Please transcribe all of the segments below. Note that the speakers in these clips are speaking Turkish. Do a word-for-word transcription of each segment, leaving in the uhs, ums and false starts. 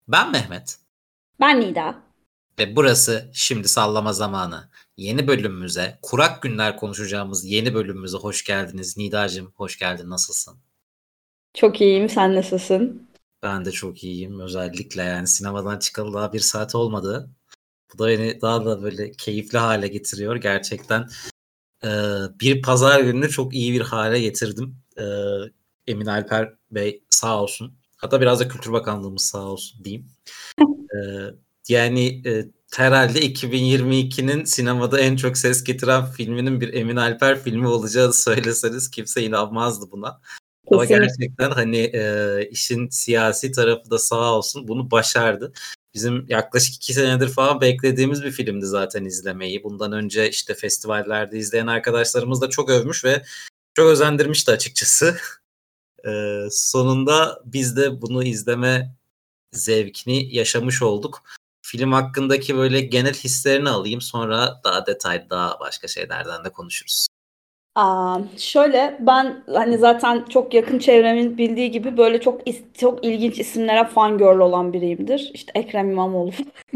Ben Mehmet Ben Nida. ve burası Şimdi Sallama Zamanı. Yeni bölümümüze, kurak günler konuşacağımız yeni bölümümüze hoş geldiniz. Nidacığım hoş geldin, nasılsın? Çok iyiyim. Sen nasılsın? Ben de çok iyiyim. Özellikle yani sinemadan çıkalı daha bir saat olmadı. Bu da beni daha da böyle keyifli hale getiriyor. Gerçekten e, bir pazar gününü çok iyi bir hale getirdim. E, Emin Alper Bey sağ olsun. Hatta biraz da Kültür Bakanlığımız sağ olsun diyeyim. E, yani e, herhalde iki bin yirmi ikinin sinemada en çok ses getiren filminin bir Emin Alper filmi olacağını söyleseniz kimse inanmazdı buna. Ama Kesinlikle. gerçekten hani e, işin siyasi tarafı da sağ olsun bunu başardı. Bizim yaklaşık iki senedir falan beklediğimiz bir filmdi zaten izlemeyi. Bundan önce işte festivallerde izleyen arkadaşlarımız da çok övmüş ve çok özendirmişti açıkçası. E, sonunda biz de bunu izleme zevkini yaşamış olduk. Film hakkındaki böyle genel hislerini alayım, sonra daha detaylı daha başka şeylerden de konuşuruz. Aa, şöyle ben hani zaten çok yakın çevremin bildiği gibi böyle çok is- çok ilginç isimlere fangirl olan biriyimdir. İşte Ekrem İmamoğlu.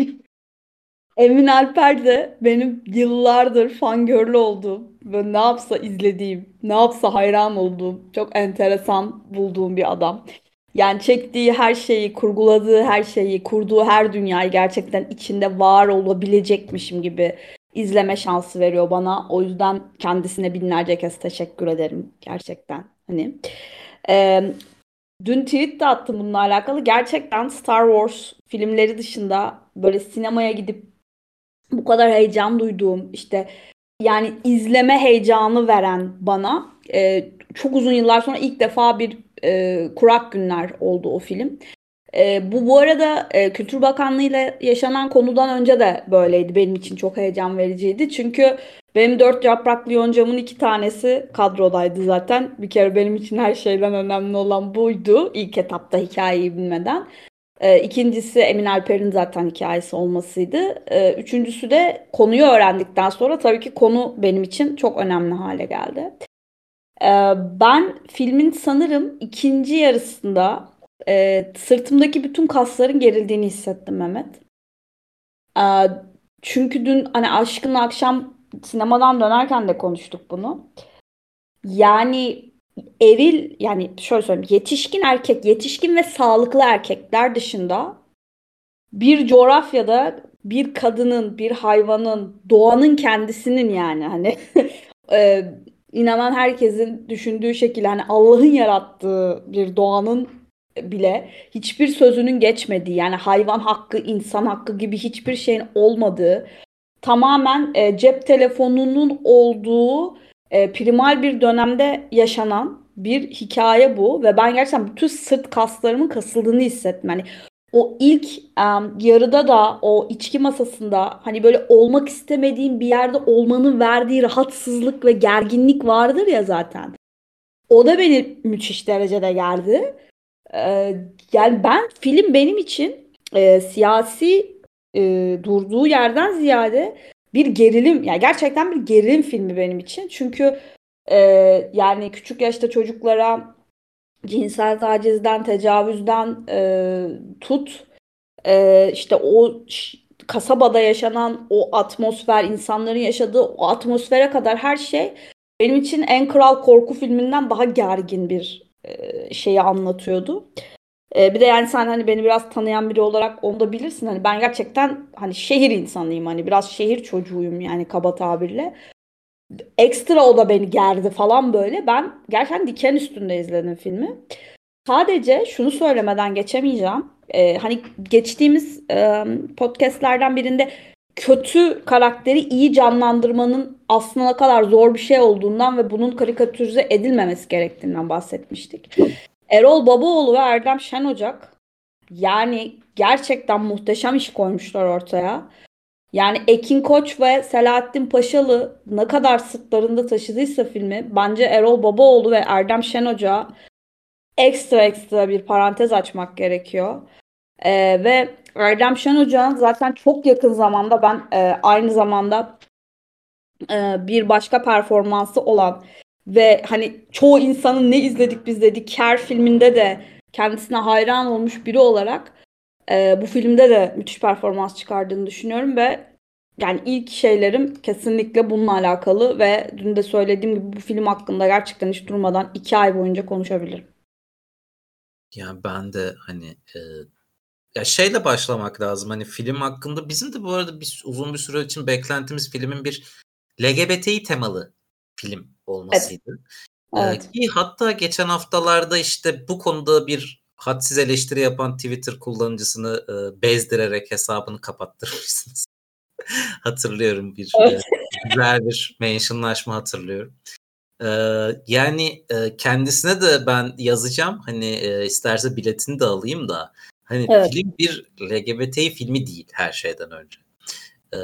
Emin Alper de benim yıllardır fangirl olduğum ve ne yapsa izlediğim, ne yapsa hayran olduğum, çok enteresan bulduğum bir adam. Yani çektiği her şeyi, kurguladığı her şeyi, kurduğu her dünyayı gerçekten içinde var olabilecekmişim gibi izleme şansı veriyor bana. O yüzden kendisine binlerce kez teşekkür ederim gerçekten. Hani Ee, dün tweet de attım bununla alakalı. Gerçekten Star Wars filmleri dışında böyle sinemaya gidip bu kadar heyecan duyduğum işte yani izleme heyecanı veren bana e, çok uzun yıllar sonra ilk defa bir e, kurak günler oldu o film. E, bu bu arada e, Kültür Bakanlığı ile yaşanan konudan önce de böyleydi. Benim için çok heyecan vericiydi. Çünkü benim dört yapraklı yoncamın iki tanesi kadrodaydı zaten. Bir kere benim için her şeyden önemli olan buydu. İlk etapta hikayeyi bilmeden. Ee, İkincisi Emin Alper'in zaten hikayesi olmasıydı. Ee, Üçüncüsü de konuyu öğrendikten sonra tabii ki konu benim için çok önemli hale geldi. Ee, Ben filmin sanırım ikinci yarısında e, sırtımdaki bütün kasların gerildiğini hissettim Mehmet. Ee, Çünkü dün hani Aşkın Akşam sinemadan dönerken de konuştuk bunu. Yani eril yani şöyle söyleyeyim, yetişkin erkek, yetişkin ve sağlıklı erkekler dışında bir coğrafyada bir kadının, bir hayvanın, doğanın kendisinin yani hani e, inanan herkesin düşündüğü şekilde hani Allah'ın yarattığı bir doğanın bile hiçbir sözünün geçmediği, yani hayvan hakkı, insan hakkı gibi hiçbir şeyin olmadığı, tamamen e, cep telefonunun olduğu e, primal bir dönemde yaşanan bir hikaye bu ve ben gerçekten bütün sırt kaslarımın kasıldığını hissettim. Hani o ilk em, yarıda da o içki masasında hani böyle olmak istemediğim bir yerde olmanın verdiği rahatsızlık ve gerginlik vardır ya zaten. O da beni müthiş derecede gerdi. Ee, Yani ben film benim için e, siyasi e, durduğu yerden ziyade bir gerilim, yani gerçekten bir gerilim filmi benim için. Çünkü e, yani küçük yaşta çocuklara cinsel tacizden, tecavüzden e, tut e, işte o ş- kasabada yaşanan o atmosfer, insanların yaşadığı o atmosfere kadar her şey benim için en kral korku filminden daha gergin bir e, şeyi anlatıyordu. E, bir de yani sen hani beni biraz tanıyan biri olarak onu da bilirsin. Hani ben gerçekten hani şehir insanıyım, hani biraz şehir çocuğuyum yani, kaba tabirle. Ekstra o da beni gerdi falan böyle. Ben gerçekten diken üstünde izledim filmi. Sadece şunu söylemeden geçemeyeceğim. Ee, hani geçtiğimiz e, podcastlerden birinde kötü karakteri iyi canlandırmanın aslında ne kadar zor bir şey olduğundan ve bunun karikatürize edilmemesi gerektiğinden bahsetmiştik. Erol Babaoğlu ve Erdem Şenocak yani gerçekten muhteşem iş koymuşlar ortaya. Yani Ekin Koç ve Selahattin Paşalı ne kadar sırtlarında taşıdıysa filmi, bence Erol Babaoğlu ve Erdem Şenocak'a ekstra ekstra bir parantez açmak gerekiyor. Ee, ve Erdem Şenocak'ın zaten çok yakın zamanda ben e, aynı zamanda e, bir başka performansı olan ve hani çoğu insanın ne izledik biz dedik Ker filminde de kendisine hayran olmuş biri olarak Ee, bu filmde de müthiş performans çıkardığını düşünüyorum ve yani ilk şeylerim kesinlikle bununla alakalı ve dün de söylediğim gibi bu film hakkında gerçekten hiç durmadan iki ay boyunca konuşabilirim. Yani ben de hani e, ya şeyle başlamak lazım. Hani film hakkında bizim de bu arada biz uzun bir süre için beklentimiz filmin bir L G B T temalı film Evet, olmasıydı. Ee, evet. ki hatta geçen haftalarda işte bu konuda bir hadsiz eleştiri yapan Twitter kullanıcısını e, bezdirerek hesabını kapattırmışsınız. Hatırlıyorum bir e, Evet. güzel bir mentionlaşma hatırlıyorum. Ee, yani e, kendisine de ben yazacağım. Hani e, isterse biletini de alayım da. Hani Evet. film bir L G B T filmi değil her şeyden önce. Ee,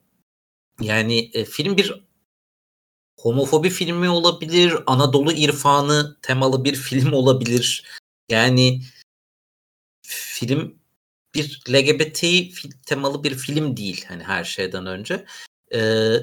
yani e, film bir homofobi filmi olabilir, Anadolu irfanı temalı bir film olabilir. Yani film bir L G B T fil- temalı bir film değil hani her şeyden önce. Ee,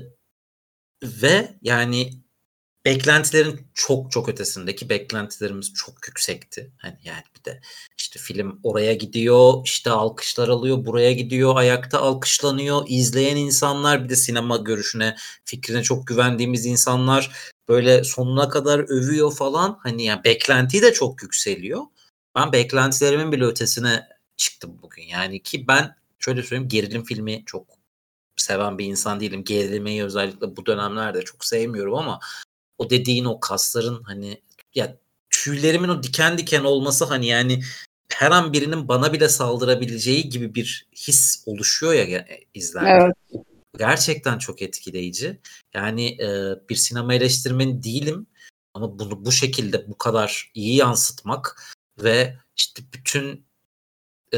ve yani beklentilerin çok çok ötesindeki beklentilerimiz çok yüksekti. Hani yani bir de işte film oraya gidiyor, işte alkışlar alıyor, buraya gidiyor, ayakta alkışlanıyor. İzleyen insanlar bir de sinema görüşüne, fikrine çok güvendiğimiz insanlar böyle sonuna kadar övüyor falan. Hani yani beklenti de çok yükseliyor. Ben beklentilerimin bile ötesine çıktım bugün. Yani ki ben şöyle söyleyeyim gerilim filmi çok seven bir insan değilim. Gerilmeyi özellikle bu dönemlerde çok sevmiyorum ama o dediğin o kasların hani ya tüylerimin o diken diken olması hani yani her an birinin bana bile saldırabileceği gibi bir his oluşuyor ya ge- izlerken. Evet. Gerçekten çok etkileyici. Yani e, bir sinema eleştirmeni değilim ama bunu bu şekilde bu kadar iyi yansıtmak ve işte bütün e,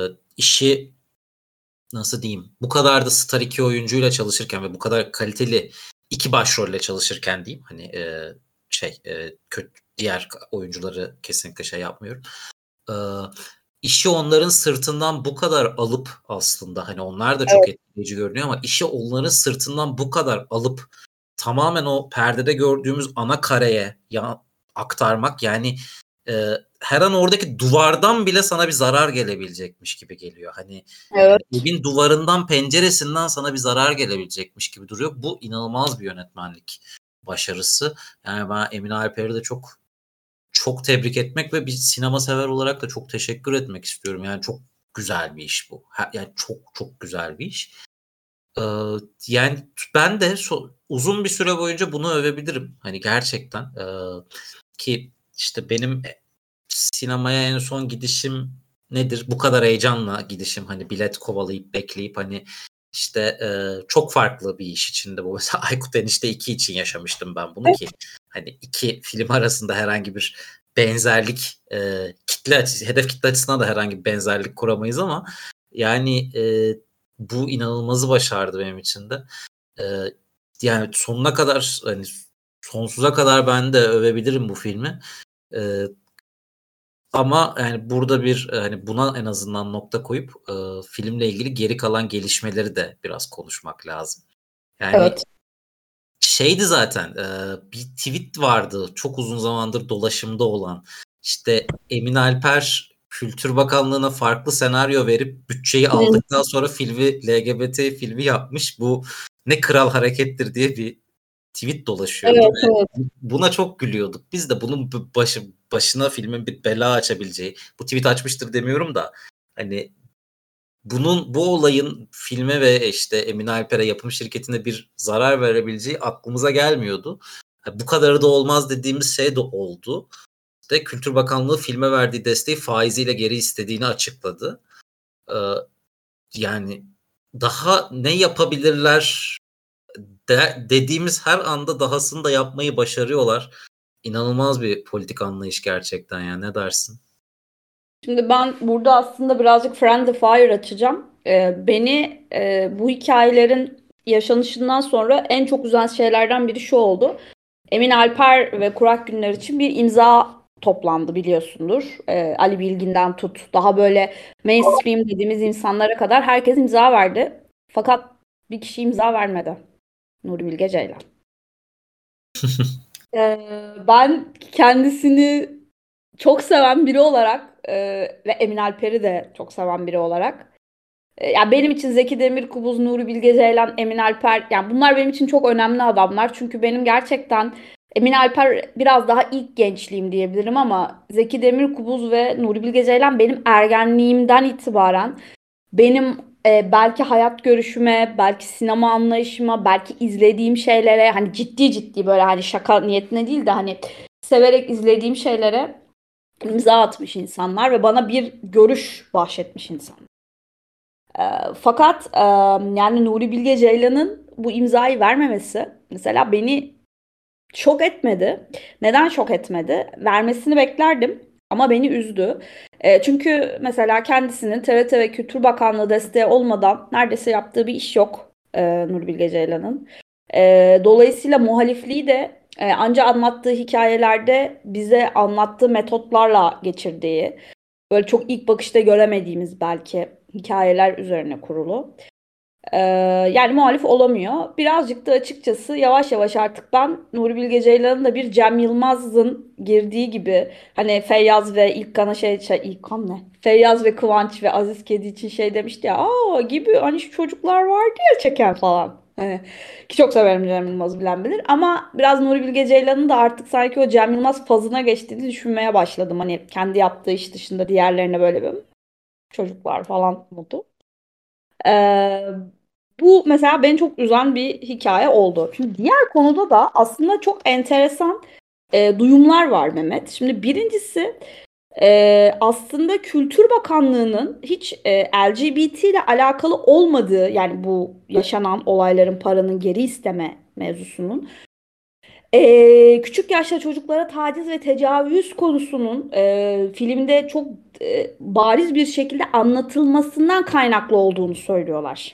işi nasıl diyeyim bu kadar da star iki oyuncuyla çalışırken ve bu kadar kaliteli iki başrolle çalışırken diyeyim hani e, şey e, kötü diğer oyuncuları kesinlikle şey yapmıyorum. E, işi onların sırtından bu kadar alıp aslında hani onlar da çok Evet. etkileyici görünüyor ama işi onların sırtından bu kadar alıp tamamen o perdede gördüğümüz ana kareye ya, aktarmak yani e, her an oradaki duvardan bile sana bir zarar gelebilecekmiş gibi geliyor. Hani yani Evet. evin duvarından, penceresinden sana bir zarar gelebilecekmiş gibi duruyor. Bu inanılmaz bir yönetmenlik başarısı. Yani ben Emine Alper'i de çok çok tebrik etmek ve bir sinema sever olarak da çok teşekkür etmek istiyorum. Yani çok güzel bir iş bu. Ha- Yani çok çok güzel bir iş. Ee, yani ben de so- uzun bir süre boyunca bunu övebilirim. Hani gerçekten. Ee, ki işte benim sinemaya en son gidişim nedir? Bu kadar heyecanla gidişim hani bilet kovalayıp bekleyip hani işte e, çok farklı bir iş içinde bu. Mesela Aykut Enişte iki için yaşamıştım ben bunu ki hani iki film arasında herhangi bir benzerlik e, kitle açısı, hedef kitle açısından da herhangi bir benzerlik kuramayız ama yani e, bu inanılmazı başardı benim için de. E, yani sonuna kadar hani sonsuza kadar ben de övebilirim bu filmi. E, ama yani burada bir hani buna en azından nokta koyup e, filmle ilgili geri kalan gelişmeleri de biraz konuşmak lazım. Yani Evet. şeydi zaten e, bir tweet vardı çok uzun zamandır dolaşımda olan. İşte Emin Alper Kültür Bakanlığı'na farklı senaryo verip bütçeyi Hı. aldıktan sonra filmi L G B T filmi yapmış. Bu ne kral harekettir diye bir tweet dolaşıyordu Evet, ve evet. buna çok gülüyorduk. Biz de bunun b- başı, başına filmin bir bela açabileceği, bu tweet açmıştır demiyorum da hani bunun bu olayın filme ve işte Emine Alper'e yapım şirketine bir zarar verebileceği aklımıza gelmiyordu. Ha, bu kadarı da olmaz dediğimiz şey de oldu. İşte Kültür Bakanlığı filme verdiği desteği faiziyle geri istediğini açıkladı. Ee, yani daha ne yapabilirler de, dediğimiz her anda dahasını da yapmayı başarıyorlar. İnanılmaz bir politik anlayış gerçekten ya. Ne dersin? Şimdi ben burada aslında birazcık Friendly Fire açacağım. Ee, beni e, bu hikayelerin yaşanışından sonra en çok üzen şeylerden biri şu oldu. Emin Alper ve Kurak Günler için bir imza toplandı biliyorsundur. Ee, Ali Bilgin'den tut. Daha böyle mainstream dediğimiz insanlara kadar herkes imza verdi. Fakat bir kişi imza vermedi. Nuri Bilge Ceylan. Ee, ben kendisini çok seven biri olarak e, ve Emin Alper'i de çok seven biri olarak. E, ya benim için Zeki Demirkubuz, Nuri Bilge Ceylan, Emin Alper, yani bunlar benim için çok önemli adamlar. Çünkü benim gerçekten Emin Alper biraz daha ilk gençliğim diyebilirim ama Zeki Demirkubuz ve Nuri Bilge Ceylan benim ergenliğimden itibaren benim e, belki hayat görüşüme, belki sinema anlayışıma, belki izlediğim şeylere, hani ciddi ciddi böyle hani şaka niyetine değil de hani severek izlediğim şeylere imza atmış insanlar ve bana bir görüş bahşetmiş insanlar. E, fakat e, yani Nuri Bilge Ceylan'ın bu imzayı vermemesi mesela beni şok etmedi. Neden şok etmedi? Vermesini beklerdim ama beni üzdü. E, çünkü mesela kendisinin T R T ve Kültür Bakanlığı desteği olmadan neredeyse yaptığı bir iş yok e, Nuri Bilge Ceylan'ın. E, dolayısıyla muhalifliği de e, anca anlattığı hikayelerde bize anlattığı metotlarla geçirdiği, böyle çok ilk bakışta göremediğimiz belki hikayeler üzerine kurulu. Ee, yani muhalif olamıyor. Birazcık da açıkçası yavaş yavaş artık ben Nuri Bilge Ceylan'ın da bir Cem Yılmaz'ın girdiği gibi hani Feyyaz ve İlkan'a şey, şey İlkan ne? Feyyaz ve Kıvanç ve Aziz Kedi için şey demişti ya, aa gibi hani şu çocuklar vardı ya çeken falan. Hani, ki çok severim Cem Yılmaz'ı, bilen bilir ama biraz Nuri Bilge Ceylan'ın da artık sanki o Cem Yılmaz fazına geçtiğini düşünmeye başladım. Hani kendi yaptığı iş dışında diğerlerine böyle bir çocuklar falan modu. Ee, bu mesela beni çok üzen bir hikaye oldu. Şimdi diğer konuda da aslında çok enteresan e, duyumlar var Mehmet. Şimdi birincisi e, aslında Kültür Bakanlığı'nın hiç e, L G B T ile alakalı olmadığı, yani bu yaşanan olayların paranın geri isteme mevzusunun e, küçük yaşta çocuklara taciz ve tecavüz konusunun e, filmde çok e, bariz bir şekilde anlatılmasından kaynaklı olduğunu söylüyorlar.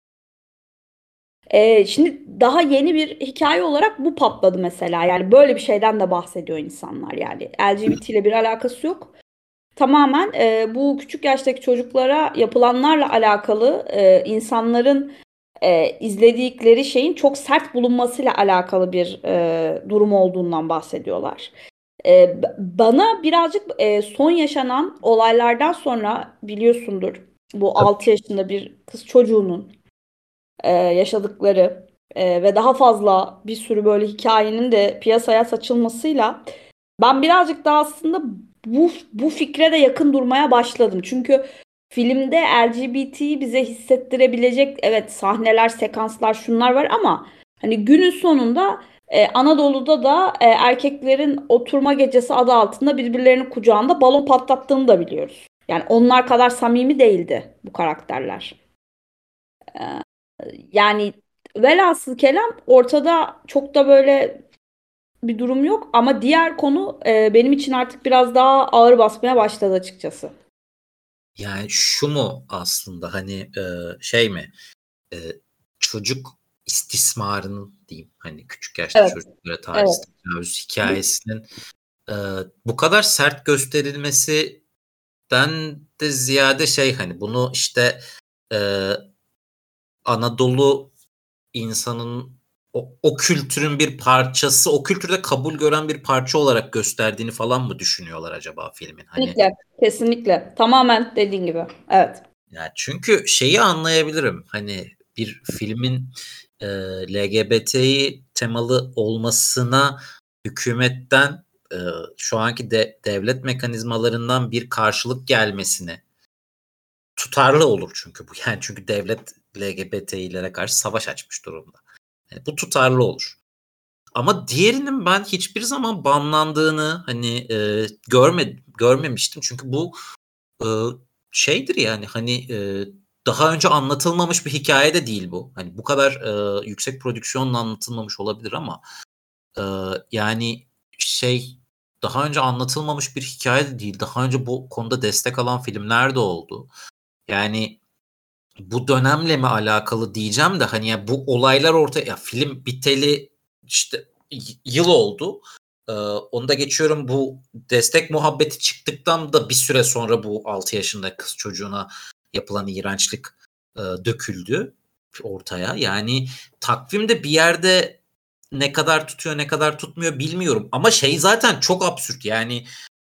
E, şimdi daha yeni bir hikaye olarak bu patladı mesela. Yani böyle bir şeyden de bahsediyor insanlar yani. L G B T ile bir alakası yok. Tamamen e, bu küçük yaştaki çocuklara yapılanlarla alakalı e, insanların e, izledikleri şeyin çok sert bulunmasıyla alakalı bir e, durum olduğundan bahsediyorlar. E, bana birazcık e, son yaşanan olaylardan sonra biliyorsundur, bu Tabii. altı yaşında bir kız çocuğunun e, yaşadıkları e, ve daha fazla bir sürü böyle hikayenin de piyasaya saçılmasıyla ben birazcık daha aslında bu bu fikre de yakın durmaya başladım. Çünkü filmde L G B T'yi bize hissettirebilecek evet sahneler, sekanslar, şunlar var ama hani günün sonunda e, Anadolu'da da e, erkeklerin oturma gecesi adı altında birbirlerinin kucağında balon patlattığını da biliyoruz. Yani onlar kadar samimi değildi bu karakterler. Yani velhasıl kelam ortada çok da böyle bir durum yok ama diğer konu e, benim için artık biraz daha ağır basmaya başladı açıkçası. Yani şu mu aslında hani e, şey mi e, çocuk istismarının diyeyim hani küçük yaşta Evet, çocuklara evet. taciz tecavüz hikayesinin e, bu kadar sert gösterilmesinden de ziyade şey hani bunu işte e, Anadolu insanın o, o kültürün bir parçası, o kültürde kabul gören bir parça olarak gösterdiğini falan mı düşünüyorlar acaba filmin? Hani Kesinlikle, kesinlikle. Tamamen dediğin gibi. Evet. yani çünkü şeyi anlayabilirim. Hani bir filmin e, L G B T'yi temalı olmasına hükümetten e, şu anki de, devlet mekanizmalarından bir karşılık gelmesini tutarlı olur çünkü bu. Yani çünkü devlet L G B T'lere karşı savaş açmış durumda. Yani bu tutarlı olur. Ama diğerinin ben hiçbir zaman banlandığını hani e, görme, görmemiştim. Çünkü bu e, şeydir yani hani e, daha önce anlatılmamış bir hikaye de değil bu. Hani bu kadar e, yüksek prodüksiyonla anlatılmamış olabilir ama e, yani şey daha önce anlatılmamış bir hikaye de değil. Daha önce bu konuda destek alan filmler de oldu. Yani bu dönemle mi alakalı diyeceğim de hani ya bu olaylar ortaya ya film biteli işte y- yıl oldu. Ee, onu da geçiyorum bu destek muhabbeti çıktıktan da bir süre sonra bu altı yaşında kız çocuğuna yapılan iğrençlik e, döküldü ortaya. Yani takvimde bir yerde ne kadar tutuyor ne kadar tutmuyor bilmiyorum ama şey zaten çok absürt yani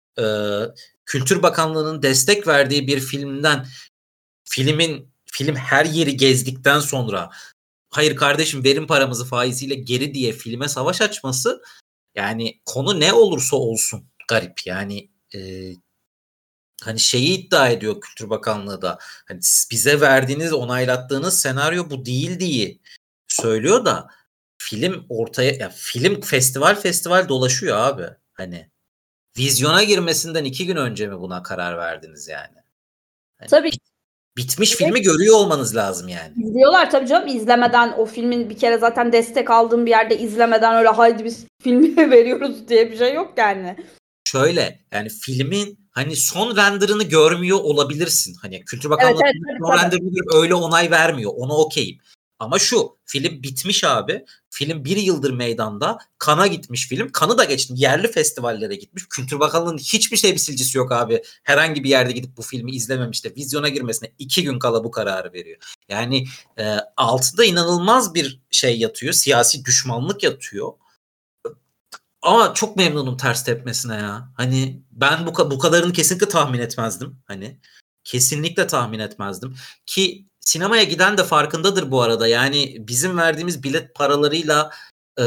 e, Kültür Bakanlığı'nın destek verdiği bir filmden filmin film her yeri gezdikten sonra hayır kardeşim verin paramızı faiziyle geri diye filme savaş açması, yani konu ne olursa olsun garip. Yani e, hani şeyi iddia ediyor Kültür Bakanlığı da, hani bize verdiğiniz, onaylattığınız senaryo bu değil diye söylüyor da film ortaya, ya film festival festival dolaşıyor abi. Hani vizyona girmesinden iki gün önce mi buna karar verdiniz yani? Hani Tabii. bit- bitmiş filmi görüyor olmanız lazım yani. İzliyorlar tabii canım. İzlemeden, o filmin bir kere zaten destek aldığım bir yerde izlemeden öyle haydi biz filmi veriyoruz diye bir şey yok yani. Şöyle, yani filmin hani son render'ını görmüyor olabilirsin. Hani Kültür Bakanlığı Evet, evet, son tabii. render'ını görüp öyle onay vermiyor. Ona okeyim. Ama şu, film bitmiş abi. Film bir yıldır meydanda. Kana gitmiş film. Kanı da geçtim. Yerli festivallere gitmiş. Kültür Bakanlığı'nın hiçbir temsilcisi yok abi. Herhangi bir yerde gidip bu filmi izlememiş de vizyona girmesine iki gün kala bu kararı veriyor. Yani e, altında inanılmaz bir şey yatıyor. Siyasi düşmanlık yatıyor. Ama çok memnunum ters tepmesine ya. Hani ben bu bu kadarını kesinlikle tahmin etmezdim. Hani kesinlikle tahmin etmezdim. Ki sinemaya giden de farkındadır bu arada. Yani bizim verdiğimiz bilet paralarıyla e,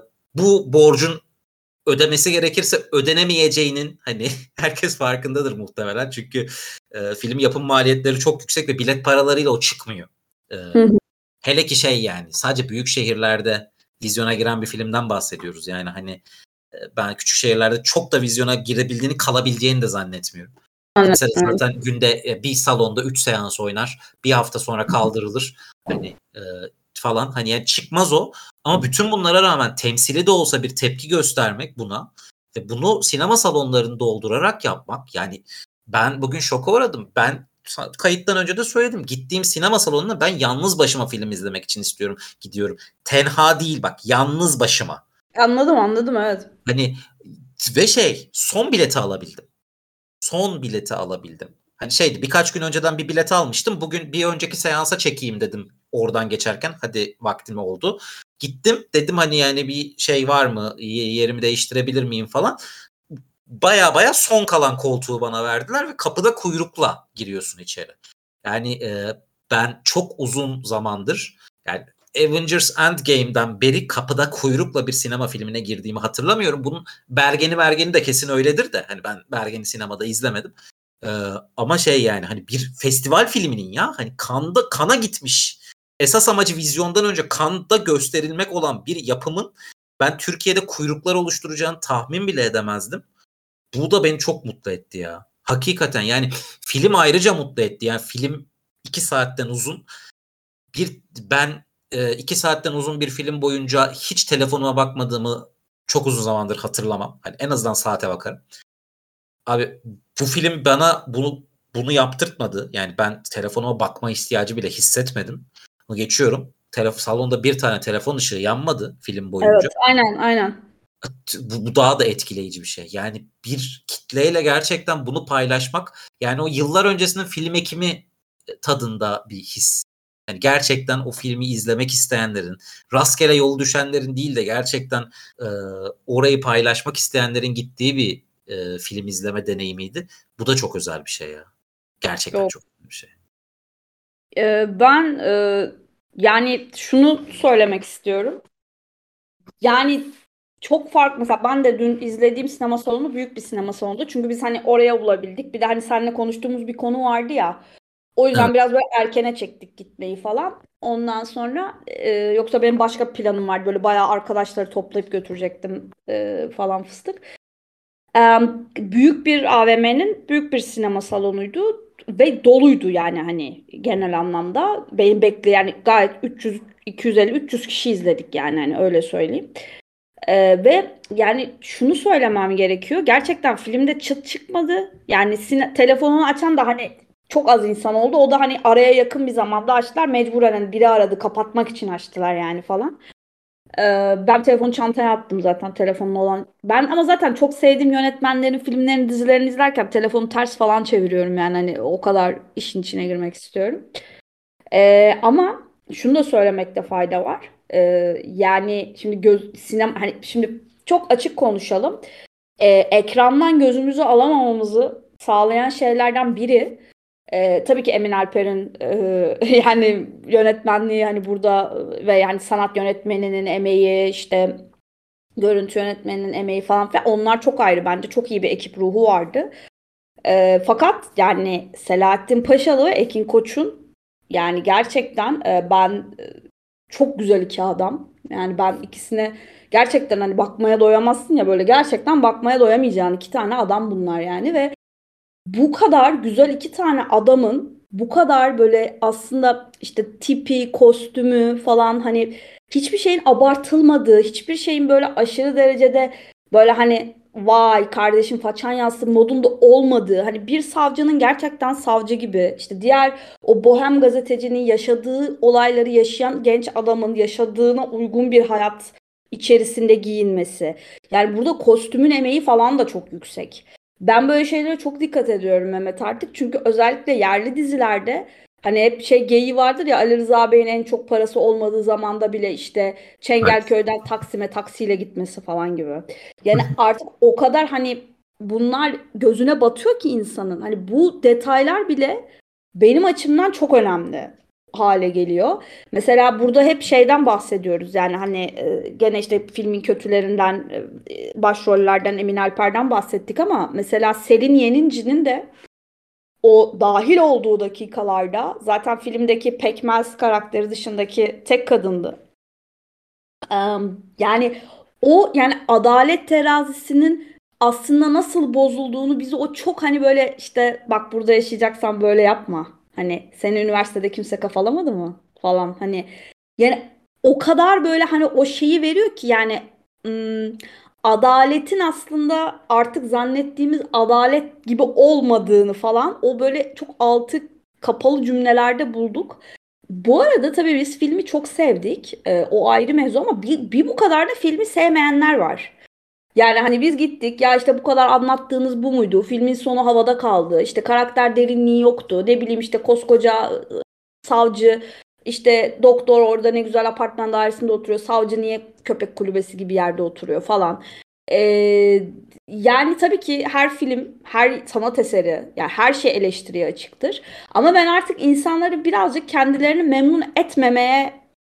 bu borcun ödemesi gerekirse ödenemeyeceğinin hani herkes farkındadır muhtemelen. Çünkü e, film yapım maliyetleri çok yüksek ve bilet paralarıyla o çıkmıyor. E, hele ki şey, yani sadece büyük şehirlerde vizyona giren bir filmden bahsediyoruz. Yani hani ben küçük şehirlerde çok da vizyona girebildiğini, kalabileceğini de zannetmiyorum. Mesela zaten günde bir salonda üç seans oynar. Bir hafta sonra kaldırılır. Hani e, falan. Hani yani çıkmaz o. Ama bütün bunlara rağmen temsili de olsa bir tepki göstermek buna ve bunu sinema salonlarını doldurarak yapmak. Yani ben bugün şoka uğradım. Ben kayıttan önce de söyledim. Gittiğim sinema salonuna ben yalnız başıma film izlemek için istiyorum. Gidiyorum. Tenha değil bak. Yalnız başıma. Anladım anladım evet. Hani ve şey, son bileti alabildim. Son bileti alabildim. Hani şeydi, birkaç gün önceden bir bilet almıştım. Bugün bir önceki seansa çekeyim dedim oradan geçerken. Hadi vaktim oldu. Gittim dedim hani yani bir şey var mı? Yerimi değiştirebilir miyim falan. Baya baya son kalan koltuğu bana verdiler ve kapıda kuyrukla giriyorsun içeri. Yani e, ben çok uzun zamandır, yani Avengers Endgame'den beri kapıda kuyrukla bir sinema filmine girdiğimi hatırlamıyorum. Bunun Bergen'i Bergen'i de kesin öyledir de. Hani ben Bergen'i sinemada izlemedim. Ee, ama şey, yani hani bir festival filminin, ya hani Cannes'da Cannes'a gitmiş. Esas amacı vizyondan önce Cannes'da gösterilmek olan bir yapımın ben Türkiye'de kuyruklar oluşturacağını tahmin bile edemezdim. Bu da beni çok mutlu etti ya. Hakikaten yani film ayrıca mutlu etti. Yani film iki saatten uzun. Bir ben e, iki saatten uzun bir film boyunca hiç telefonuma bakmadığımı çok uzun zamandır hatırlamam. Hani en azından saate bakarım. Abi bu film bana bunu bunu yaptırtmadı. Yani ben telefonuma bakma ihtiyacı bile hissetmedim. Bunu geçiyorum. Telefon, salonda bir tane telefon ışığı yanmadı film boyunca. Evet aynen aynen. Bu, bu daha da etkileyici bir şey. Yani bir kitleyle gerçekten bunu paylaşmak, yani o yıllar öncesinin film ekimi tadında bir his. Yani gerçekten o filmi izlemek isteyenlerin, rastgele yol düşenlerin değil de gerçekten e, orayı paylaşmak isteyenlerin gittiği bir e, film izleme deneyimiydi. Bu da çok özel bir şey ya. Gerçekten Çok. çok özel bir şey. Ee, ben e, yani şunu söylemek istiyorum. Yani çok farklı. Mesela ben de dün izlediğim sinema salonu büyük bir sinema salonuydu. Çünkü biz hani oraya bulabildik. Bir de hani seninle konuştuğumuz bir konu vardı ya. O Evet. yüzden biraz böyle erkene çektik gitmeyi falan. Ondan sonra e, yoksa benim başka planım vardı. Böyle bayağı arkadaşları toplayıp götürecektim e, falan fıstık. E, büyük bir A V M'nin büyük bir sinema salonuydu ve doluydu yani hani genel anlamda. Benim bekle yani gayet üç yüz iki yüz elli üç yüz kişi izledik yani hani öyle söyleyeyim. Ee, ve yani şunu söylemem gerekiyor. Gerçekten filmde çıt çıkmadı. Yani sine- telefonunu açan da hani çok az insan oldu. O da hani araya yakın bir zamanda açtılar. Mecburen hani biri aradı kapatmak için açtılar yani falan. Ee, ben telefonu çantaya attım zaten telefonla olan. Ben ama zaten çok sevdiğim yönetmenlerin filmlerini, dizilerini izlerken telefonu ters falan çeviriyorum yani hani o kadar işin içine girmek istiyorum. Ee, ama şunu da söylemekte fayda var. Ee, yani şimdi göz sinem hani şimdi çok açık konuşalım. e, ekrandan gözümüzü alamamamızı sağlayan şeylerden biri e, tabii ki Emin Alper'in e, yani yönetmenliği hani burada ve yani sanat yönetmeninin emeği işte görüntü yönetmeninin emeği falan filan onlar çok ayrı bence çok iyi bir ekip ruhu vardı. E, fakat yani Selahattin Paşalı ve Ekin Koç'un yani gerçekten e, ben e, çok güzel iki adam. Yani ben ikisine gerçekten hani bakmaya doyamazsın ya böyle gerçekten bakmaya doyamayacağın iki tane adam bunlar yani ve bu kadar güzel iki tane adamın bu kadar böyle aslında işte tipi, kostümü falan hani hiçbir şeyin abartılmadığı, hiçbir şeyin böyle aşırı derecede böyle hani vay kardeşim façan yazsın modunda olmadığı hani bir savcının gerçekten savcı gibi işte diğer o bohem gazetecinin yaşadığı olayları yaşayan genç adamın yaşadığına uygun bir hayat içerisinde giyinmesi. Yani burada kostümün emeği falan da çok yüksek. Ben böyle şeylere çok dikkat ediyorum Mehmet artık. Çünkü özellikle yerli dizilerde hani hep şey geyiği vardır ya Ali Rıza Bey'in en çok parası olmadığı zamanda bile işte Evet. Çengelköy'den Taksim'e taksiyle gitmesi falan gibi. Yani artık o kadar hani bunlar gözüne batıyor ki insanın. Hani bu detaylar bile benim açımdan çok önemli hale geliyor. Mesela burada hep şeyden bahsediyoruz yani hani e, gene işte filmin kötülerinden e, başrollerden Emin Alper'den bahsettik ama mesela Selin Yeninci'nin de o dahil olduğu dakikalarda zaten filmdeki Pekmez karakteri dışındaki tek kadındı. Em, yani o yani adalet terazisinin aslında nasıl bozulduğunu bizi o çok hani böyle işte bak burada yaşayacaksan böyle yapma. Hani seni üniversitede kimse kafalamadı mı falan hani yani o kadar böyle hani o şeyi veriyor ki yani ım, adaletin aslında artık zannettiğimiz adalet gibi olmadığını falan o böyle çok altı kapalı cümlelerde bulduk. Bu arada tabii biz filmi çok sevdik. Ee, o ayrı mevzu ama bir, bir bu kadar da filmi sevmeyenler var. Yani hani biz gittik ya işte bu kadar anlattığınız bu muydu? Filmin sonu havada kaldı. İşte karakter derinliği yoktu. Ne bileyim işte koskoca ıı, savcı işte doktor orada ne güzel apartman dairesinde oturuyor. Savcı niye köpek kulübesi gibi yerde oturuyor falan. Ee, yani tabii ki her film, her sanat eseri, yani her şey eleştiriye açıktır. Ama ben artık insanları birazcık kendilerini memnun etmemeye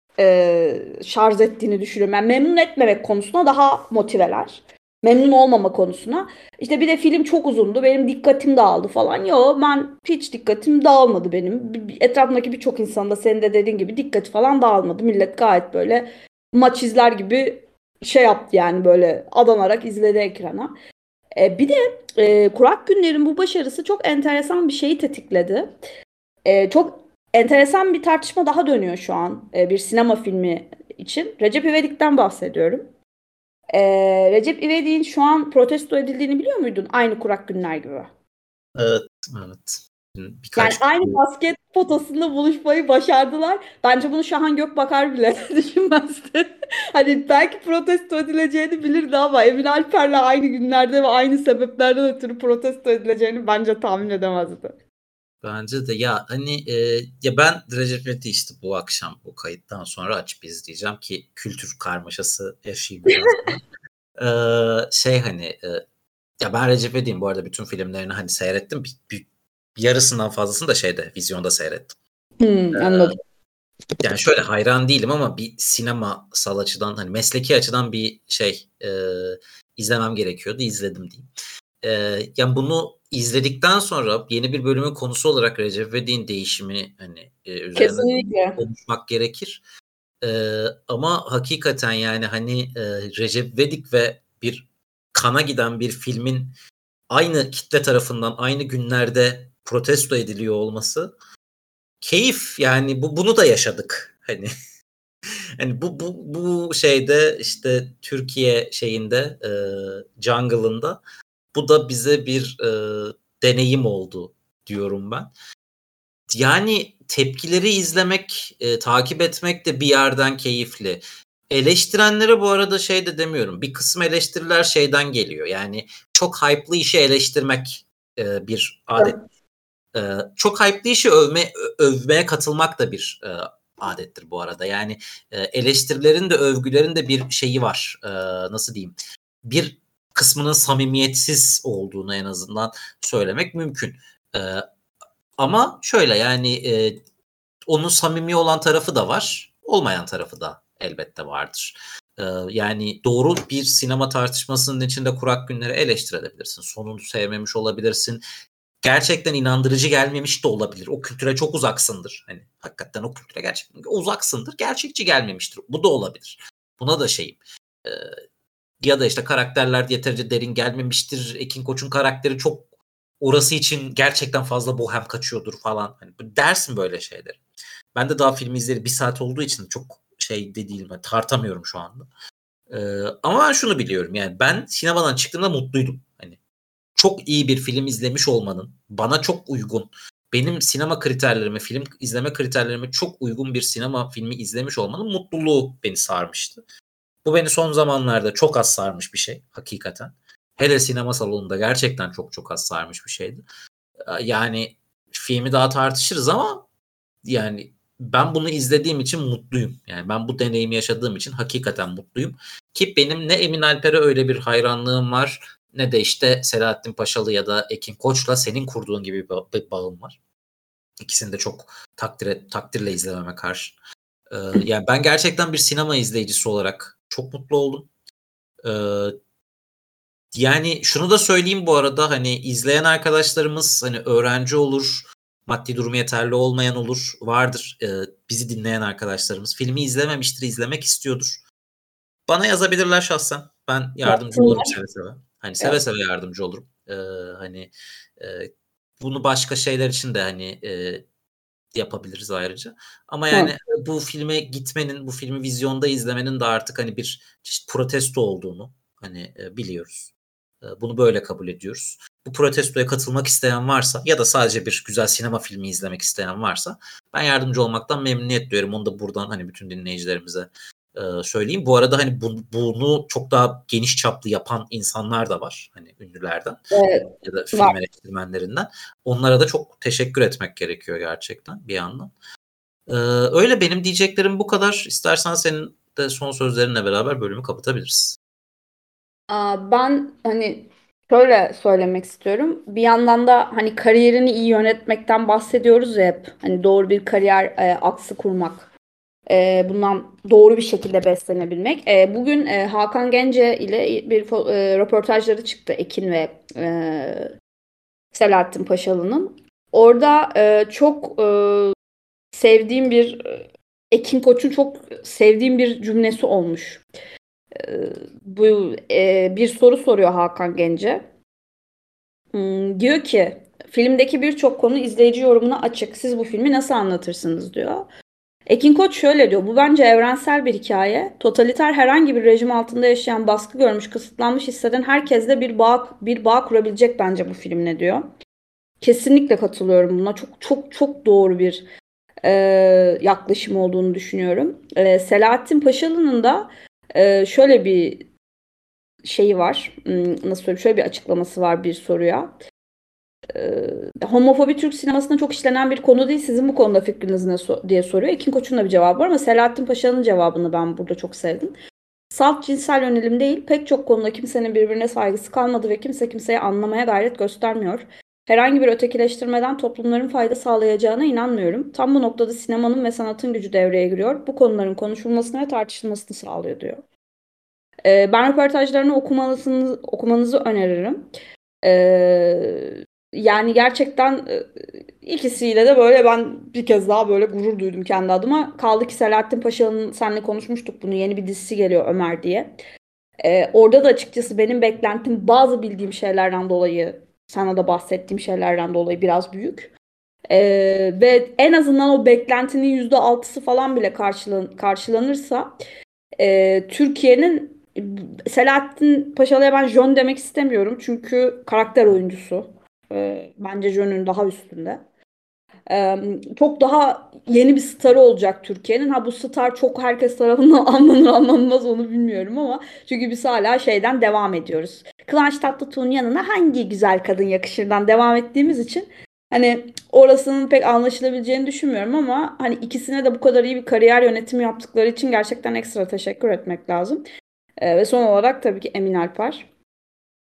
e, şarj ettiğini düşünüyorum. Yani memnun etmemek konusuna daha motiveler. Memnun olmama konusuna. İşte bir de film çok uzundu. Benim dikkatim dağıldı falan. Yo ben hiç dikkatim dağılmadı benim. Bir- bir- Etrafımdaki birçok insan da senin de dediğin gibi dikkati falan dağılmadı. Millet gayet böyle maç izler gibi şey yaptı yani böyle adanarak izledi ekrana. E, bir de e, Kurak Günler'in bu başarısı çok enteresan bir şeyi tetikledi. E, çok enteresan bir tartışma daha dönüyor şu an e, bir sinema filmi için. Recep İvedik'ten bahsediyorum. E, Recep İvedik'in şu an protesto edildiğini biliyor muydun? Aynı Kurak Günler gibi. Evet. Evet. Yani Birkaç aynı basket potasında buluşmayı başardılar. Bence bunu Şahan Gökbakar bile düşünmezdi. Hani belki protesto edileceğini bilirdi ama Emin Alper'le aynı günlerde ve aynı sebeplerden ötürü protesto edileceğini bence tahmin edemezdi. Bence de ya hani e, ya ben Recep İvedik'i işte bu akşam bu kayıttan sonra açıp izleyeceğim ki kültür karmaşası yaşayayım biraz da. Ee, şey hani e, ya ben Recep İvedik'in bu arada bütün filmlerini hani seyrettim. Bir, bir, bir yarısından fazlasını da şeyde vizyonda seyrettim. Hmm, anladım. Yani şöyle hayran değilim ama bir sinemasal açıdan hani mesleki açıdan bir şey e, izlemem gerekiyordu. İzledim diyeyim. E, yani bunu izledikten sonra yeni bir bölümün konusu olarak Recep İvedik'in değişimi hani e, üzerine Kesinlikle. konuşmak gerekir. E, ama hakikaten yani hani e, Recep İvedik ve bir kana giden bir filmin aynı kitle tarafından aynı günlerde protesto ediliyor olması keyif yani bu bunu da yaşadık hani. Hani bu bu bu şeyde işte Türkiye şeyinde e, jungle'ında bu da bize bir e, deneyim oldu diyorum ben. Yani tepkileri izlemek, e, takip etmek de bir yerden keyifli. Eleştirenlere bu arada şey de demiyorum. Bir kısım eleştiriler şeyden geliyor. Yani çok hype'lı işi eleştirmek e, bir adet. E, çok hype'lı işi övme, övmeye katılmak da bir e, adettir bu arada. Yani e, eleştirilerin de övgülerin de bir şeyi var. E, nasıl diyeyim? Bir kısmının samimiyetsiz olduğunu en azından söylemek mümkün. Ee, ama şöyle yani e, onun samimi olan tarafı da var, olmayan tarafı da elbette vardır. Ee, yani doğru bir sinema tartışmasının içinde Kurak Günler'i eleştirebilirsin. Sonunu sevmemiş olabilirsin. Gerçekten inandırıcı gelmemiş de olabilir. O kültüre çok uzaksındır. Hani hakikaten o kültüre gerçekten uzaksındır. Gerçekçi gelmemiştir. Bu da olabilir. Buna da şeyim. Ee, ya da işte karakterler yeterince derin gelmemiştir. Ekin Koç'un karakteri çok orası için gerçekten fazla bohem kaçıyordur falan. Hani dersin böyle şeyleri. Ben de daha film izleri bir saat olduğu için çok şey de değilim. Tartamıyorum şu anda. Ee, ama ben şunu biliyorum. Yani ben sinemadan çıktığımda mutluydum. Hani çok iyi bir film izlemiş olmanın bana çok uygun, benim sinema kriterlerime, film izleme kriterlerime çok uygun bir sinema filmi izlemiş olmanın mutluluğu beni sarmıştı. Bu beni son zamanlarda çok az sarmış bir şey hakikaten. Hele sinema salonunda gerçekten çok çok az sarmış bir şeydi. Yani filmi daha tartışırız ama yani ben bunu izlediğim için mutluyum. Yani ben bu deneyimi yaşadığım için hakikaten mutluyum. Ki benim ne Emin Alper'e öyle bir hayranlığım var ne de işte Selahattin Paşalı ya da Ekin Koç'la senin kurduğun gibi bir bağım var. İkisini de çok takdir takdirle izlememe karşı. Ee, yani ben gerçekten bir sinema izleyicisi olarak çok mutlu oldum. Ee, yani şunu da söyleyeyim bu arada, hani izleyen arkadaşlarımız hani öğrenci olur, maddi durumu yeterli olmayan olur, vardır e, bizi dinleyen arkadaşlarımız. Filmi izlememiştir, izlemek istiyordur. Bana yazabilirler şahsen. Ben yardımcı olurum seve seve. Hani seve seve yardımcı olurum. Ee, hani e, bunu başka şeyler için de hani e, yapabiliriz ayrıca. Ama yani Hı. bu filme gitmenin, bu filmi vizyonda izlemenin de artık hani bir çeşit protesto olduğunu hani e, biliyoruz. E, bunu böyle kabul ediyoruz. Bu protestoya katılmak isteyen varsa ya da sadece bir güzel sinema filmi izlemek isteyen varsa ben yardımcı olmaktan memnuniyet duyuyorum. Onu da buradan hani bütün dinleyicilerimize e, söyleyeyim. Bu arada hani bu, bunu çok daha geniş çaplı yapan insanlar da var. Hani ünlülerden evet, ya da film eleştirmenlerinden. Onlara da çok teşekkür etmek gerekiyor gerçekten bir yandan. Ee, öyle benim diyeceklerim bu kadar. İstersen senin de son sözlerinle beraber bölümü kapatabiliriz. Ben hani şöyle söylemek istiyorum. Bir yandan da hani kariyerini iyi yönetmekten bahsediyoruz ya hep. Hani doğru bir kariyer e, aksı kurmak. E, bundan doğru bir şekilde beslenebilmek. E, bugün e, Hakan Gence ile bir e, röportajları çıktı Ekin ve e, Selahattin Paşalı'nın. Orada e, çok e, sevdiğim bir Ekin Koç'un çok sevdiğim bir cümlesi olmuş. Bu e, bir soru soruyor Hakan Gence. Hmm, diyor ki filmdeki birçok konu izleyici yorumuna açık. Siz bu filmi nasıl anlatırsınız diyor. Ekin Koç şöyle diyor. Bu bence evrensel bir hikaye. Totaliter herhangi bir rejim altında yaşayan, baskı görmüş, kısıtlanmış hisseden herkesle bir bağ bir bağ kurabilecek bence bu filmle diyor. Kesinlikle katılıyorum buna. Çok çok çok doğru bir e, yaklaşım olduğunu düşünüyorum. E, Selahattin Paşalı'nın da e, şöyle bir şeyi var. Nasıl söyleyeyim? Şöyle bir açıklaması var bir soruya. Ee, homofobi Türk sinemasında çok işlenen bir konu değil. Sizin bu konuda fikriniz ne so- diye soruyor. Ekin Koç'un da bir cevabı var ama Selahattin Paşa'nın cevabını ben burada çok sevdim. Salt cinsel yönelim değil, pek çok konuda kimsenin birbirine saygısı kalmadı ve kimse kimseyi anlamaya gayret göstermiyor. Herhangi bir ötekileştirmeden toplumların fayda sağlayacağına inanmıyorum. Tam bu noktada sinemanın ve sanatın gücü devreye giriyor. Bu konuların konuşulmasını ve tartışılmasını sağlıyor diyor. Ee, ben röportajlarını okumanızı, okumanızı öneririm. Ee, yani gerçekten e, ikisiyle de böyle ben bir kez daha böyle gurur duydum kendi adıma. Kaldı ki Selahattin Paşa'nın seninle konuşmuştuk bunu. Yeni bir dizisi geliyor Ömer diye. Ee, orada da açıkçası benim beklentim bazı bildiğim şeylerden dolayı, sana da bahsettiğim şeylerden dolayı biraz büyük. Ee, ve en azından o beklentinin yüzde altısı falan bile karşılan karşılanırsa e, Türkiye'nin Selahattin Paşalı'ya ben Jön demek istemiyorum. Çünkü karakter oyuncusu. E, bence Jön'ün daha üstünde. E, çok daha yeni bir starı olacak Türkiye'nin. Ha bu star çok herkes tarafından anlanır anlanmaz onu bilmiyorum ama çünkü biz hala şeyden devam ediyoruz. Kıvanç Tatlıtuğ'un yanına hangi güzel kadın yakışırdan devam ettiğimiz için hani orasının pek anlaşılabileceğini düşünmüyorum ama hani ikisine de bu kadar iyi bir kariyer yönetimi yaptıkları için gerçekten ekstra teşekkür etmek lazım. Ee, ve son olarak tabii ki Emin Alper.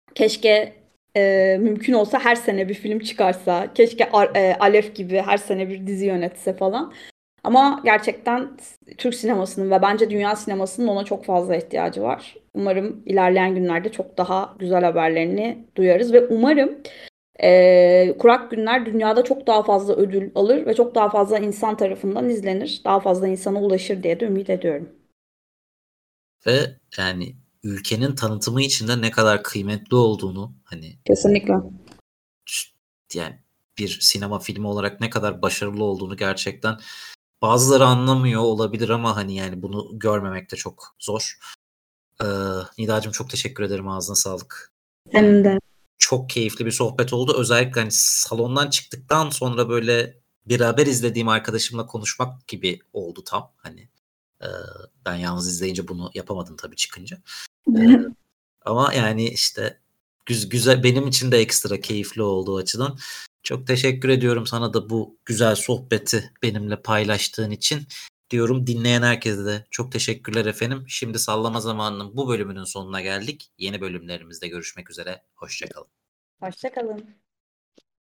Keşke e, mümkün olsa her sene bir film çıkarsa. Keşke Ar- e, Alef gibi her sene bir dizi yönetse falan. Ama gerçekten Türk sinemasının ve bence dünya sinemasının ona çok fazla ihtiyacı var. Umarım ilerleyen günlerde çok daha güzel haberlerini duyarız ve umarım e, Kurak Günler dünyada çok daha fazla ödül alır ve çok daha fazla insan tarafından izlenir. Daha fazla insana ulaşır diye de ümit ediyorum. Ve yani ülkenin tanıtımı için de ne kadar kıymetli olduğunu hani Kesinlikle. yani bir sinema filmi olarak ne kadar başarılı olduğunu gerçekten bazıları anlamıyor olabilir ama hani yani bunu görmemek de çok zor. Ee, Nidacığım çok teşekkür ederim. Ağzına sağlık. Senin de. Çok keyifli bir sohbet oldu. Özellikle hani salondan çıktıktan sonra böyle beraber izlediğim arkadaşımla konuşmak gibi oldu tam. Hani e, ben yalnız izleyince bunu yapamadım tabii çıkınca. E, ama yani işte güz- güzel benim için de ekstra keyifli olduğu açıdan. Çok teşekkür ediyorum sana da bu güzel sohbeti benimle paylaştığın için diyorum. Dinleyen herkese de çok teşekkürler efendim. Şimdi Sallama Zamanı'nın bu bölümünün sonuna geldik. Yeni bölümlerimizde görüşmek üzere. Hoşça kalın. Hoşça kalın.